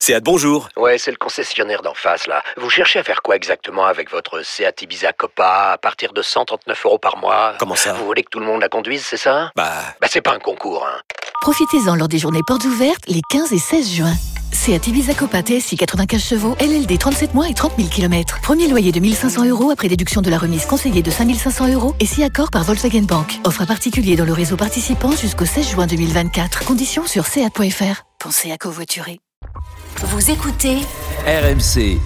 Seat, bonjour. Ouais, c'est le concessionnaire d'en face, là. Vous cherchez à faire quoi exactement avec votre Seat Ibiza Copa à partir de 139 € par mois? Comment ça? Vous voulez que tout le monde la conduise, c'est ça? Bah, c'est pas un concours, hein. Profitez-en lors des journées portes ouvertes les 15 et 16 juin. Seat Ibiza Copa TSI 95 chevaux, LLD 37 mois et 30 000 km. Premier loyer de 1 500 € après déduction de la remise conseillée de 5 500 € et si accord par Volkswagen Bank. Offre à particulier dans le réseau participant jusqu'au 16 juin 2024. Conditions sur seat.fr. Pensez à covoiturer. Vous écoutez RMC.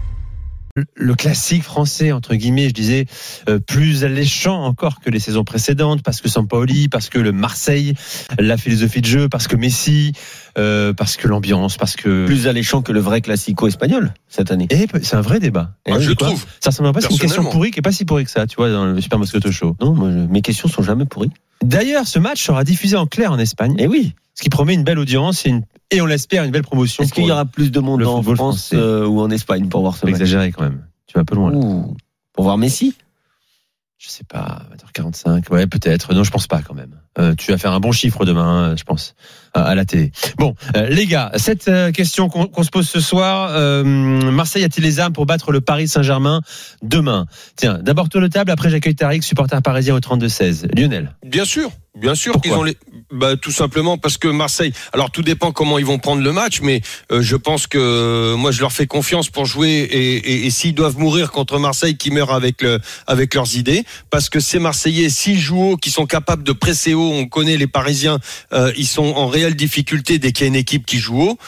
Le classique français, entre guillemets, je disais, plus alléchant encore que les saisons précédentes, parce que Sampaoli, parce que le Marseille, la philosophie de jeu, parce que Messi, parce que l'ambiance, parce que... Plus alléchant que le vrai classico espagnol, cette année. Et c'est un vrai débat. Je trouve. Ça ressemble pas à une question pourrie qui est pas si pourrie que ça, tu vois, dans le Super Moscato Show. Non, mes questions sont jamais pourries. D'ailleurs, ce match sera diffusé en clair en Espagne. Et oui. Ce qui promet une belle audience et on l'espère, une belle promotion. Est-ce qu'il y aura plus de monde en France ou en Espagne pour voir ce match? Exagéré quand même. Tu vas un peu loin là. Pour voir Messi? Je sais pas, 20h45. Ouais, peut-être. Non, je pense pas quand même. Tu vas faire un bon chiffre demain, je pense, à la télé. Bon, les gars, cette question qu'on se pose ce soir, Marseille a-t-il les armes pour battre le Paris Saint-Germain demain? Tiens, d'abord tour de table, après j'accueille Tariq, supporter parisien au 32-16. Lionel. Bien sûr. Pourquoi qu'ils ont les. Tout simplement parce que Marseille. Alors tout dépend comment ils vont prendre le match, mais je pense que moi je leur fais confiance pour jouer et s'ils doivent mourir contre Marseille, qui meurent avec leurs idées, parce que ces Marseillais, s'ils jouent haut, qui sont capables de presser haut, on connaît les Parisiens, ils sont en réelle difficulté dès qu'il y a une équipe qui joue haut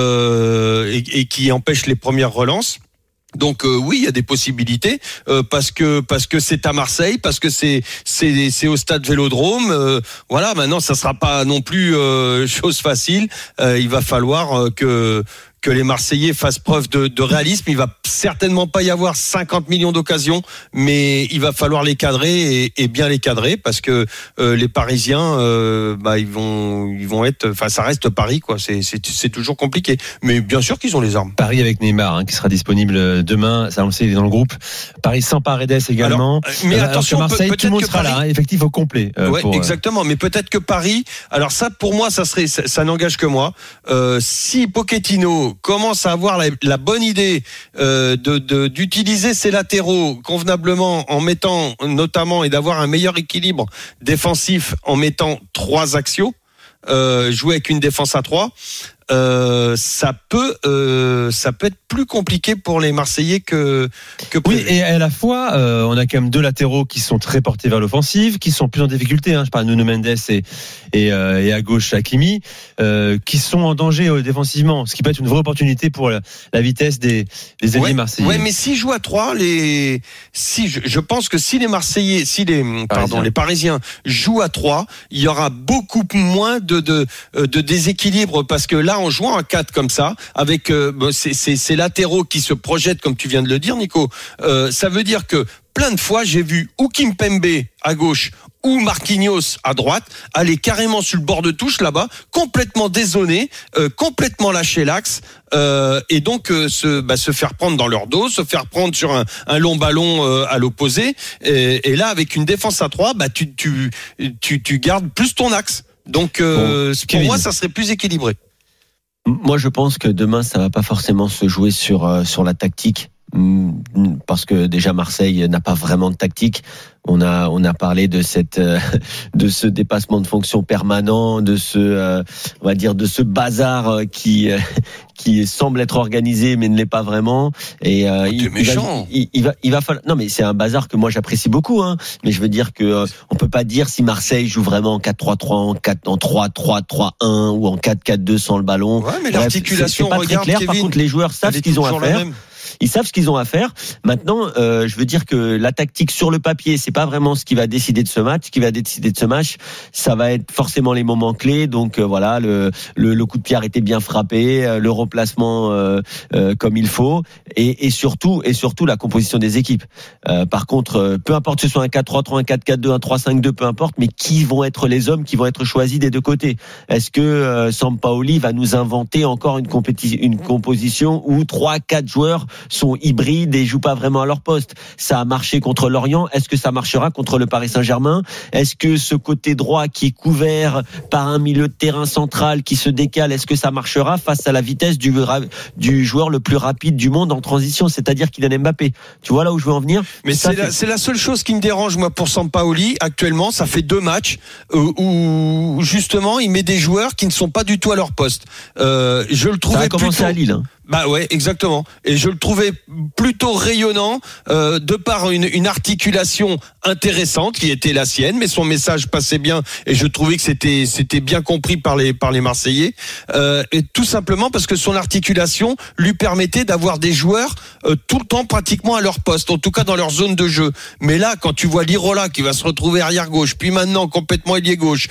et qui empêche les premières relances. Donc oui, il y a des possibilités parce que c'est à Marseille, parce que c'est au stade Vélodrome. Voilà, maintenant ça sera pas non plus chose facile. Il va falloir que les Marseillais fassent preuve de réalisme. Il va certainement pas y avoir 50 millions d'occasions, mais il va falloir les cadrer et bien les cadrer, parce que les Parisiens, ils vont être. Enfin, ça reste Paris, quoi. C'est toujours compliqué. Mais bien sûr qu'ils ont les armes. Paris avec Neymar, qui sera disponible demain. Ça, on le sait, il est dans le groupe. Paris sans Paredes également. Alors, mais attention, Marseille, tout le monde sera là. Effectif au complet. Exactement. Mais peut-être que Paris. Alors ça, pour moi, ça n'engage que moi. Si Pochettino commence à avoir la bonne idée d'utiliser ses latéraux convenablement, en mettant notamment, et d'avoir un meilleur équilibre défensif en mettant 3 axiaux, jouer avec une défense à 3, ça peut être plus compliqué pour les Marseillais que oui, et à la fois on a quand même 2 latéraux qui sont très portés vers l'offensive, qui sont plus en difficulté, je parle de Nuno Mendes et à gauche Hakimi, qui sont en danger défensivement, ce qui peut être une vraie opportunité pour la vitesse des alliés marseillais. Ouais, mais s'ils jouent à 3, je pense que si les Marseillais, les Parisiens jouent à 3, il y aura beaucoup moins de déséquilibre, parce que là, en jouant à 4 comme ça, avec ces latéraux qui se projettent, comme tu viens de le dire, Nico, ça veut dire que plein de fois, j'ai vu ou Kimpembe à gauche ou Marquinhos à droite aller carrément sur le bord de touche là-bas, complètement dézoné, complètement lâcher l'axe, et donc se faire prendre dans leur dos, se faire prendre sur un long ballon à l'opposé, et là, avec une défense à 3, tu gardes plus ton axe. Donc pour moi, ça serait plus équilibré. Moi, je pense que demain, ça va pas forcément se jouer sur la tactique, parce que déjà Marseille n'a pas vraiment de tactique. On a parlé de ce dépassement de fonction permanent, de ce bazar qui semble être organisé mais ne l'est pas vraiment. Et il va falloir. Non, mais c'est un bazar que moi j'apprécie beaucoup, mais je veux dire que on peut pas dire si Marseille joue vraiment en 4-3-3, en 3-3-3-1 ou en 4-4-2 sans le ballon. Ouais, mais l'articulation, c'est pas très clair. Kevin, par contre, les joueurs savent ce qu'ils ont à faire. Ils savent ce qu'ils ont à faire. Maintenant, je veux dire que la tactique sur le papier, c'est pas vraiment ce qui va décider de ce match. Ce qui va décider de ce match, ça va être forcément les moments clés. Donc voilà, le coup de pied arrêté bien frappé, le replacement comme il faut, et surtout la composition des équipes. Par contre, peu importe que ce soit un 4-3-3, un 4-4-2, un 3-5-2, peu importe, mais qui vont être les hommes qui vont être choisis des deux côtés? Est-ce que Sampaoli va nous inventer encore une composition où 3-4 joueurs sont hybrides et jouent pas vraiment à leur poste. Ça a marché contre Lorient. Est-ce que ça marchera contre le Paris Saint-Germain? Est-ce que ce côté droit qui est couvert par un milieu de terrain central qui se décale, est-ce que ça marchera face à la vitesse du joueur le plus rapide du monde en transition, c'est-à-dire Kylian Mbappé? Tu vois là où je veux en venir? Mais c'est la seule chose qui me dérange, moi, pour Sampaoli. Actuellement, ça fait 2 matchs où justement, il met des joueurs qui ne sont pas du tout à leur poste. Je le trouvais ça a commencé plutôt... à Lille, hein. Bah ouais, exactement. Et je le trouvais plutôt rayonnant de par une articulation intéressante qui était la sienne, mais son message passait bien et je trouvais que c'était bien compris par les Marseillais. Et tout simplement parce que son articulation lui permettait d'avoir des joueurs tout le temps pratiquement à leur poste, en tout cas dans leur zone de jeu. Mais là, quand tu vois Lirola qui va se retrouver arrière gauche, puis maintenant complètement ailier gauche,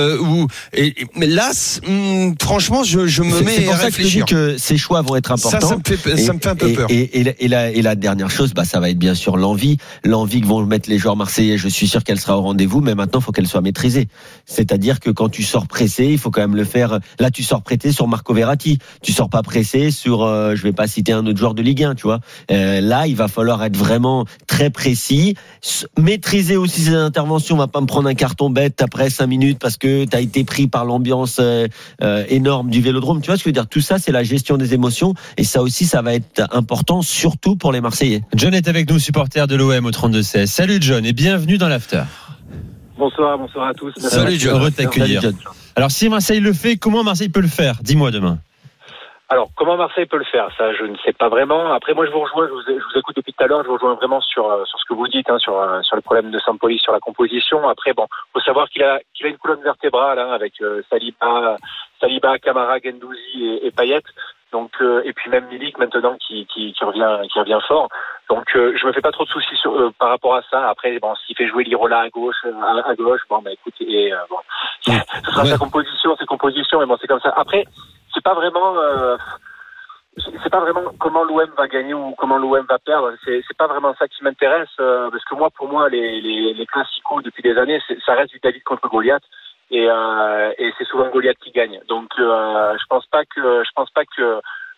mais là, franchement, je me mets à réfléchir. C'est pour ça que je dis que ces choix vont être important. Ça me fait un peu peur. Et la dernière chose, ça va être bien sûr l'envie que vont mettre les joueurs marseillais. Je suis sûr qu'elle sera au rendez-vous, mais maintenant, il faut qu'elle soit maîtrisée. C'est-à-dire que quand tu sors pressé, il faut quand même le faire. Là, tu sors pressé sur Marco Verratti. Tu sors pas pressé sur, je vais pas citer un autre joueur de Ligue 1, tu vois. Là, il va falloir être vraiment très précis. Maîtriser aussi ses interventions. On va pas me prendre un carton bête après 5 minutes parce que t'as été pris par l'ambiance énorme du Vélodrome. Tu vois ce que je veux dire? Tout ça, c'est la gestion des émotions. Et ça aussi, ça va être important, surtout pour les Marseillais. John est avec nous, supporter de l'OM au 32-16. Salut John et bienvenue dans l'After. Bonsoir à tous. Salut John. Heureux de t'accueillir. Alors si Marseille le fait, comment Marseille peut le faire? Dis-moi demain. Alors, comment Marseille peut le faire? Ça, je ne sais pas vraiment. Après, moi, je vous rejoins, je vous écoute depuis tout à l'heure, je vous rejoins vraiment sur ce que vous dites, sur le problème de Sampaoli, sur la composition. Après, bon, faut savoir qu'il a une colonne vertébrale, avec Saliba, Camara, Guendouzi et Payet. Donc, et puis même Milik maintenant qui revient fort. Donc, je me fais pas trop de soucis par rapport à ça. Après, bon, s'il fait jouer Lirola à gauche, bon, écoute, ce sera sa composition, ses compositions, mais bon, c'est comme ça. Après, c'est pas vraiment comment l'OM va gagner ou comment l'OM va perdre. C'est pas vraiment ça qui m'intéresse, parce que pour moi, les classicos depuis des années, ça reste du David contre Goliath. Et c'est souvent Goliath qui gagne. Donc je pense pas que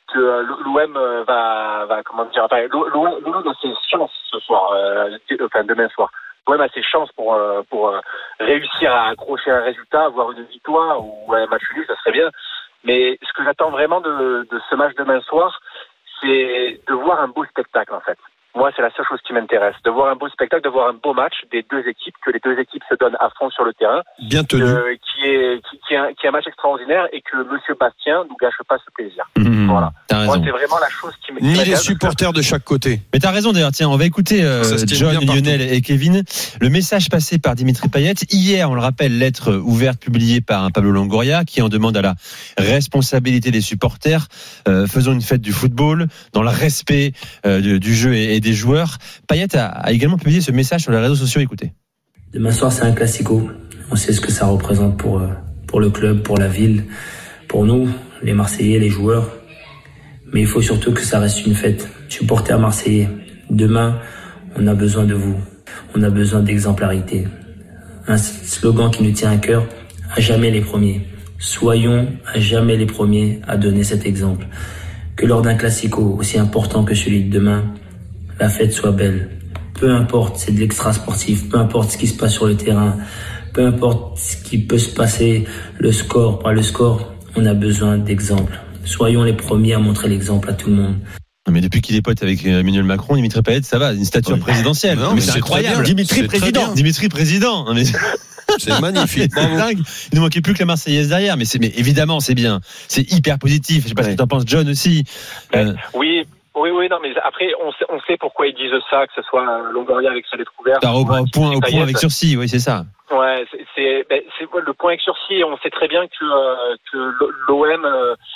l'OM va comment dire, l'OM a ses chances ce soir, demain soir. L'OM a ses chances pour réussir à accrocher un résultat, avoir une victoire ou un match nul, ça serait bien. Mais ce que j'attends vraiment de ce match demain soir, c'est de voir un beau spectacle en fait. Moi, c'est la seule chose qui m'intéresse, de voir un beau spectacle, de voir un beau match des deux équipes, que les deux équipes se donnent à fond sur le terrain, bien tenu, qui est un match extraordinaire et que Monsieur Bastien nous gâche pas ce plaisir. Voilà. Moi, c'est vraiment la chose qui m'intéresse. Ni les supporters de chaque côté. Mais t'as raison d'ailleurs. Tiens, on va écouter John, Lionel et Kevin. Le message passé par Dimitri Payet hier, on le rappelle, lettre ouverte publiée par Pablo Longoria qui en demande à la responsabilité des supporters. Faisons une fête du football dans le respect du jeu et des joueurs. Payet a également publié ce message sur les réseaux sociaux. Écoutez. Demain soir, c'est un classico. On sait ce que ça représente pour le club, pour la ville, pour nous, les Marseillais, les joueurs. Mais il faut surtout que ça reste une fête. Supporters marseillais, demain, on a besoin de vous. On a besoin d'exemplarité. Un slogan qui nous tient à cœur, à jamais les premiers. Soyons à jamais les premiers à donner cet exemple. Que lors d'un classico aussi important que celui de demain, la fête soit belle. Peu importe, c'est de l'extra sportif, peu importe ce qui se passe sur le terrain, peu importe ce qui peut se passer, le score, pas le score, on a besoin d'exemples. Soyons les premiers à montrer l'exemple à tout le monde. Mais depuis qu'il est pote avec Emmanuel Macron, Dimitri Payet, ça va, une stature présidentielle. Non, mais c'est incroyable. Dimitri président. Mais... C'est magnifique. C'est dingue. Il ne manquait plus que la Marseillaise derrière, mais évidemment, c'est bien. C'est hyper positif. Je sais pas ce que t'en penses, John, aussi. Oui, non, mais après, on sait pourquoi ils disent ça, que ce soit Longoria avec sa lettre ouverte. Au point avec sursis, oui, c'est ça. Ouais, c'est le point avec sursis. On sait très bien que l'OM,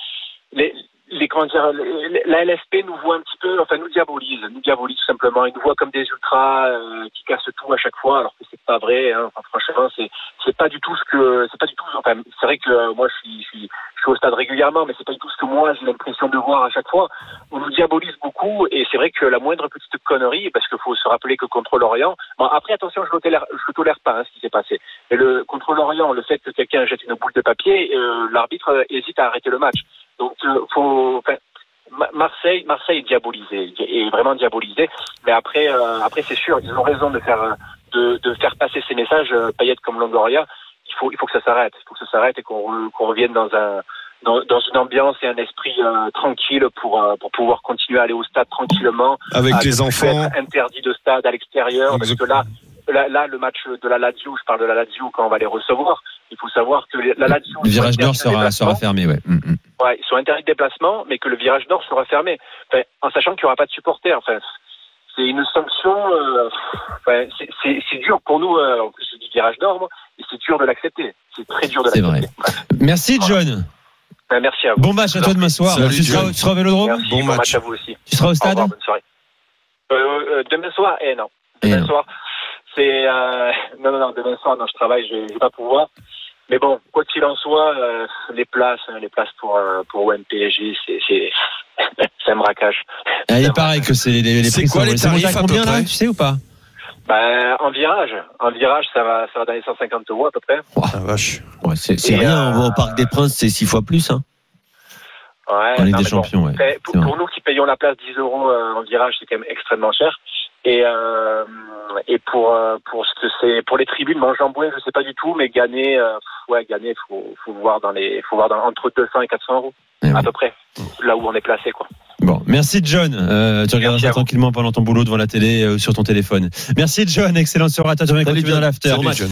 la LFP nous voit un petit peu, nous diabolise tout simplement. Ils nous voient comme des ultras qui cassent tout à chaque fois, alors que c'est pas vrai. Franchement, c'est pas du tout c'est vrai que moi je suis au stade régulièrement, mais c'est pas du tout ce que moi j'ai l'impression de voir à chaque fois. On nous diabolise beaucoup et c'est vrai que la moindre petite connerie, parce qu'il faut se rappeler que contre l'Orient, après attention, je ne tolère pas ce qui s'est passé. Mais contre l'Orient, le fait que quelqu'un jette une boule de papier, l'arbitre hésite à arrêter le match. Donc Marseille Marseille est diabolisé, est vraiment diabolisé. Mais après c'est sûr, ils ont raison de faire passer ces messages. Payet comme Longoria, il faut que ça s'arrête. Il faut que ça s'arrête et qu'on revienne dans une ambiance et un esprit tranquille pour pouvoir continuer à aller au stade tranquillement. Avec les enfants. Être interdit de stade à l'extérieur. Exactement. Parce que là, le match de la Lazio, je parle de la Lazio quand on va les recevoir. Il faut savoir que la Lazio. Le virage nord sera fermé, ouais. Ouais, ils sont interdits de déplacement, mais que le virage nord sera fermé. Enfin, en sachant qu'il n'y aura pas de supporters. Enfin, c'est une sanction. C'est dur pour nous. En plus, je dis virage nord, moi, et c'est dur de l'accepter. C'est très dur de l'accepter. C'est vrai. Merci, John. Merci à vous. Bon match à toi demain soir. Salut, tu seras au Vélodrome. Merci, bon match à vous aussi. Tu seras au stade. Au revoir, bonne soirée. Demain soir, non. Demain soir, c'est non. Demain soir, non, je travaille, je vais pas pouvoir. Mais bon, quoi qu'il en soit, les places pour OM PSG, c'est un braquage. Il paraît que c'est les c'est prix quoi sont les tarifs à peu combien près là, tu sais ou pas? En virage, ça va dans les 150 € à peu près. Ah, vache. Ouais, c'est rien. Au Parc des Princes, c'est 6 fois plus. Hein. Ouais, en Ligue des Champions, ouais. Pour nous qui payons la place 10 € en virage, c'est quand même extrêmement cher. Et pour ce que c'est, pour les tribunes, Jean-Bouin, je sais pas du tout, mais gagner, faut voir entre 200 et 400 € à peu près, là où on est placé, quoi. Bon, merci John. Tu regarderas ça tranquillement pendant ton boulot devant la télé sur ton téléphone. Merci John, excellente soirée à toi. Tu reviens continuer dans l'after.